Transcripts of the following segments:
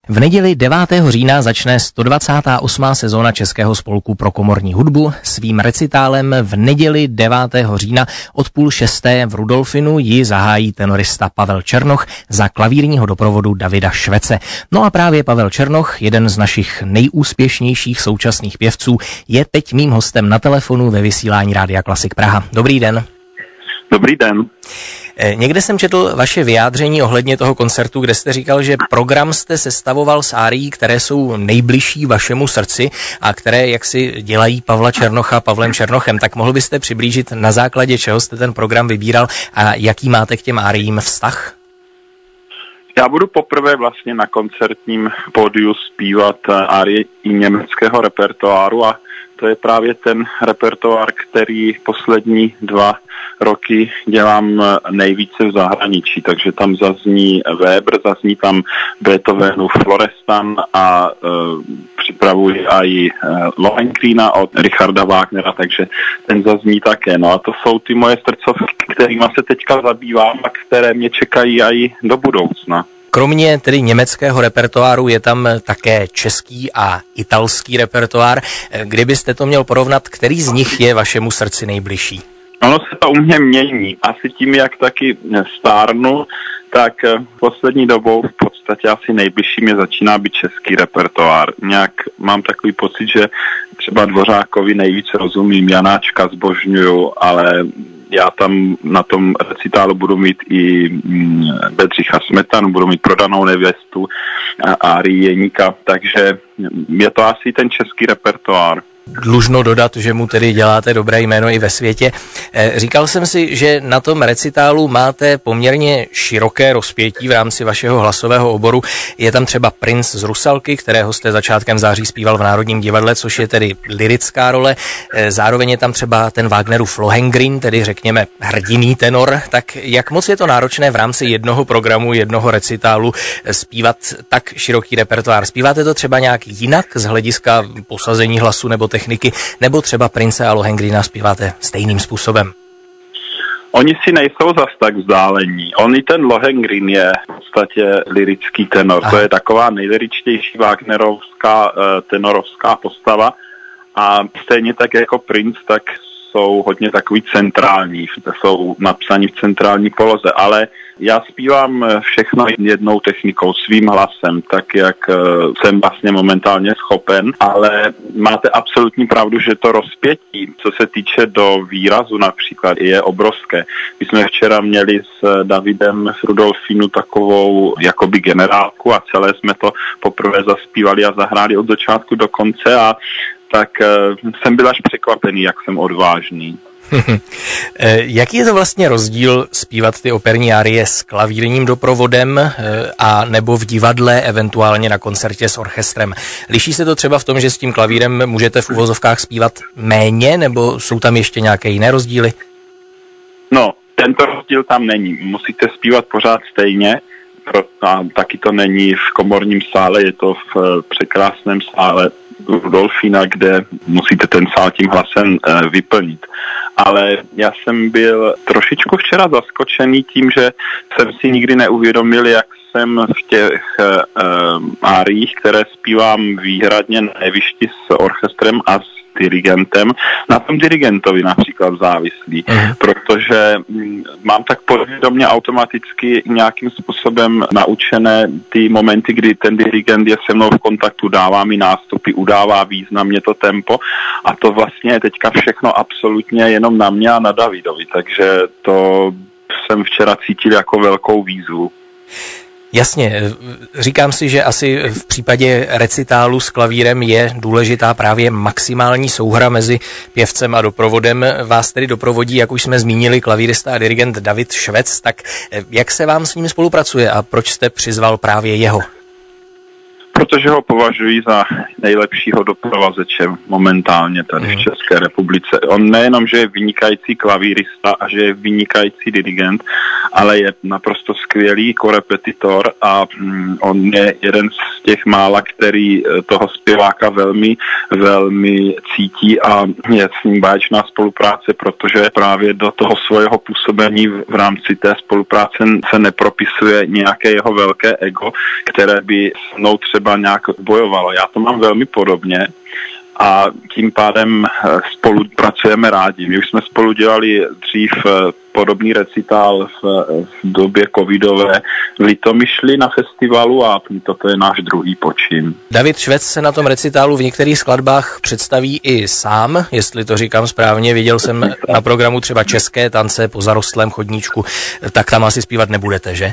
V neděli 9. října začne 128. sezóna Českého spolku pro komorní hudbu. Svým recitálem v neděli 9. října od 5:30 v Rudolfinu ji zahájí tenorista Pavel Černoch za klavírního doprovodu Davida Švece. No a právě Pavel Černoch, jeden z našich nejúspěšnějších současných pěvců, je teď mým hostem na telefonu ve vysílání Rádia Klasik Praha. Dobrý den. Dobrý den. Někde jsem četl vaše vyjádření ohledně toho koncertu, kde jste říkal, že program jste sestavoval s árií, které jsou nejbližší vašemu srdci a které jaksi dělají Pavla Černocha Pavlem Černochem. Tak mohl byste přiblížit, na základě čeho jste ten program vybíral a jaký máte k těm áriím vztah? Já budu poprvé vlastně na koncertním pódiu zpívat árie i německého repertoáru a to je právě ten repertoár, který poslední 2 roky dělám nejvíce v zahraničí, takže tam zazní Weber, zazní tam Beethovenův Florestan a připravuji i Lohengrina od Richarda Wagnera, takže ten zazní také. No a to jsou ty moje srdcovky, kterými se teďka zabývám a které mě čekají i do budoucna. Kromě tedy německého repertoáru je tam také český a italský repertoár. Kdybyste to měl porovnat, který z nich je vašemu srdci nejbližší? Ono se to u mě mění. Asi tím, jak taky stárnu, tak poslední dobou v podstatě asi nejbližší mě začíná být český repertoár. Nějak mám takový pocit, že třeba Dvořákovi nejvíce rozumím, Janáčka zbožňuju, ale já tam na tom recitálu budu mít i Bedřicha Smetanu, budu mít Prodanou nevěstu a árii Jeníka, takže je to asi ten český repertoár. Dlužno dodat, že mu tedy děláte dobré jméno i ve světě. Říkal jsem si, že na tom recitálu máte poměrně široké rozpětí v rámci vašeho hlasového oboru. Je tam třeba Princ z Rusalky, kterého jste začátkem září zpíval v Národním divadle, což je tedy lyrická role. Zároveň je tam třeba ten Wagnerův Lohengrin, tedy řekněme hrdinný tenor. Tak jak moc je to náročné v rámci jednoho programu, jednoho recitálu zpívat tak široký repertoár? Zpíváte to třeba nějak jinak z hlediska posazení hlasu nebo techniky, nebo třeba Prince a Lohengrina zpíváte stejným způsobem? Oni si nejsou zas tak vzdálení. On i ten Lohengrin je v podstatě lyrický tenor. Aha. To je taková nejlyričtější wagnerovská tenorovská postava a stejně tak jako Prince, tak jsou hodně takový centrální, jsou napsaní v centrální poloze, ale já zpívám všechno jednou technikou, svým hlasem, tak jak jsem vlastně momentálně schopen, ale máte absolutní pravdu, že to rozpětí, co se týče do výrazu například, je obrovské. My jsme včera měli s Davidem v Rudolfínu takovou jakoby generálku a celé jsme to poprvé zaspívali a zahráli od začátku do konce a tak jsem byl až překvapený, jak jsem odvážný. Jaký je to vlastně rozdíl zpívat ty operní árie s klavírním doprovodem a nebo v divadle, eventuálně na koncertě s orchestrem? Liší se to třeba v tom, že s tím klavírem můžete v uvozovkách zpívat méně, nebo jsou tam ještě nějaké jiné rozdíly? No, tento rozdíl tam není. Musíte zpívat pořád stejně, a taky to není v komorním sále, je to v překrásném sále Rudolfína, kde musíte ten sál tím hlasem vyplnit. Ale já jsem byl trošičku včera zaskočený tím, že jsem si nikdy neuvědomil, jak jsem v těch áriích, které zpívám výhradně na jevišti s orchestrem a s dirigentem, na tom dirigentovi například závislý, protože mám tak podvědomě automaticky nějakým způsobem naučené ty momenty, kdy ten dirigent je se mnou v kontaktu, dává mi nástupy, udává významně to tempo a to vlastně je teďka všechno absolutně jenom na mě a na Davidovi, takže to jsem včera cítil jako velkou výzvu. Jasně, říkám si, že asi v případě recitálu s klavírem je důležitá právě maximální souhra mezi pěvcem a doprovodem. Vás tedy doprovodí, jak už jsme zmínili, klavírista a dirigent David Švec, tak jak se vám s ním spolupracuje a proč jste přizval právě jeho? Protože ho považuji za nejlepšího doprovazeče momentálně tady v České republice. On nejenom, že je vynikající klavírista a že je vynikající dirigent, ale je naprosto skvělý korepetitor a on je jeden z těch mála, který toho zpěváka velmi, velmi cítí a je s ním báječná spolupráce, protože právě do toho svého působení v rámci té spolupráce se nepropisuje nějaké jeho velké ego, které by s mnou třeba nějak bojovalo. Já to mám velmi podobně a tím pádem spolupracujeme rádi. My už jsme spolu dělali dřív podobný recitál v době covidové v Litomyšli na festivalu a toto je náš druhý počin. David Švec se na tom recitálu v některých skladbách představí i sám, jestli to říkám správně. Viděl jsem na programu třeba České tance po zarostlém chodníčku, tak tam asi zpívat nebudete, že?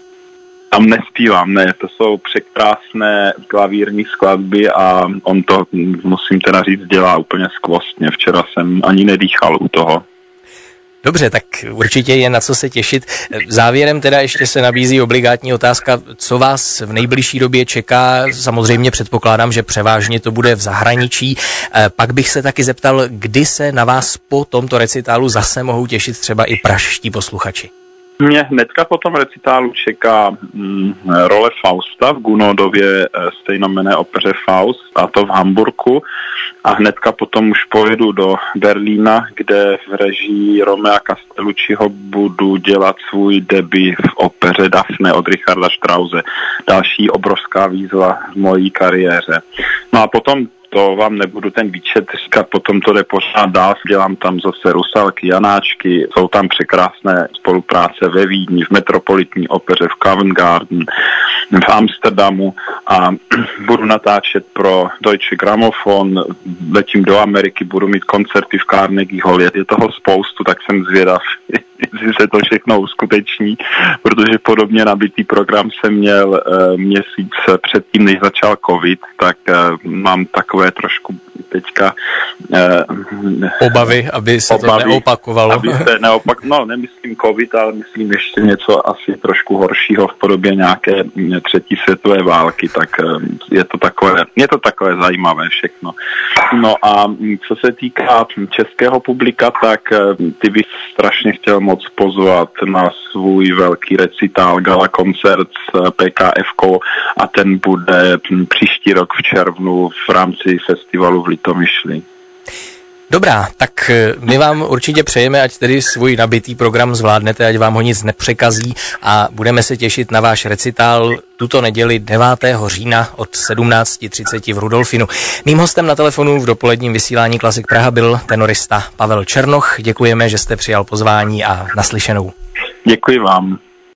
Tam nespívám, ne, to jsou překrásné klavírní skladby a on to, musím teda říct, dělá úplně skvostně. Včera jsem ani nedýchal u toho. Dobře, tak určitě je na co se těšit. Závěrem teda ještě se nabízí obligátní otázka, co vás v nejbližší době čeká. Samozřejmě předpokládám, že převážně to bude v zahraničí. Pak bych se taky zeptal, kdy se na vás po tomto recitálu zase mohou těšit třeba i pražští posluchači. Mě hnedka po tom recitálu čeká role Fausta v Gunodově stejnomenné opeře Faust, a to v Hamburku. A hnedka potom už pojedu do Berlína, kde v režii Romea Castellucciho budu dělat svůj debut v opeře Daphne od Richarda Strause. Další obrovská výzva v mojí kariéře. No a potom to vám nebudu ten výčet říkat, potom to jde pořád dál, dělám tam zase Rusalky, Janáčky, jsou tam překrásné spolupráce ve Vídni, v Metropolitní opeře, v Covent Garden, v Amsterdamu a budu natáčet pro Deutsche Grammophon, letím do Ameriky, budu mít koncerty v Carnegie Hall, je toho spoustu, tak jsem zvědav, jestli se to všechno uskuteční, protože podobně nabitý program jsem měl měsíc předtím, než začal covid, tak mám takové trošku teďka obavy, aby se to neopakovalo. Aby se no, nemyslím covid, ale myslím ještě něco asi trošku horšího v podobě nějaké třetí světové války, tak je to takové zajímavé všechno. No a co se týká českého publika, tak ty bych strašně chtěl moc pozvat na svůj velký recitál, gala koncert s PKFkou a ten bude příští rok v červnu v rámci festivalu v Litomyšli. Dobrá, tak my vám určitě přejeme, ať tedy svůj nabitý program zvládnete, ať vám ho nic nepřekazí a budeme se těšit na váš recitál tuto neděli 9. října od 17:30 v Rudolfinu. Mým hostem na telefonu v dopoledním vysílání Klasik Praha byl tenorista Pavel Černoch. Děkujeme, že jste přijal pozvání a naslyšenou. Děkuji vám.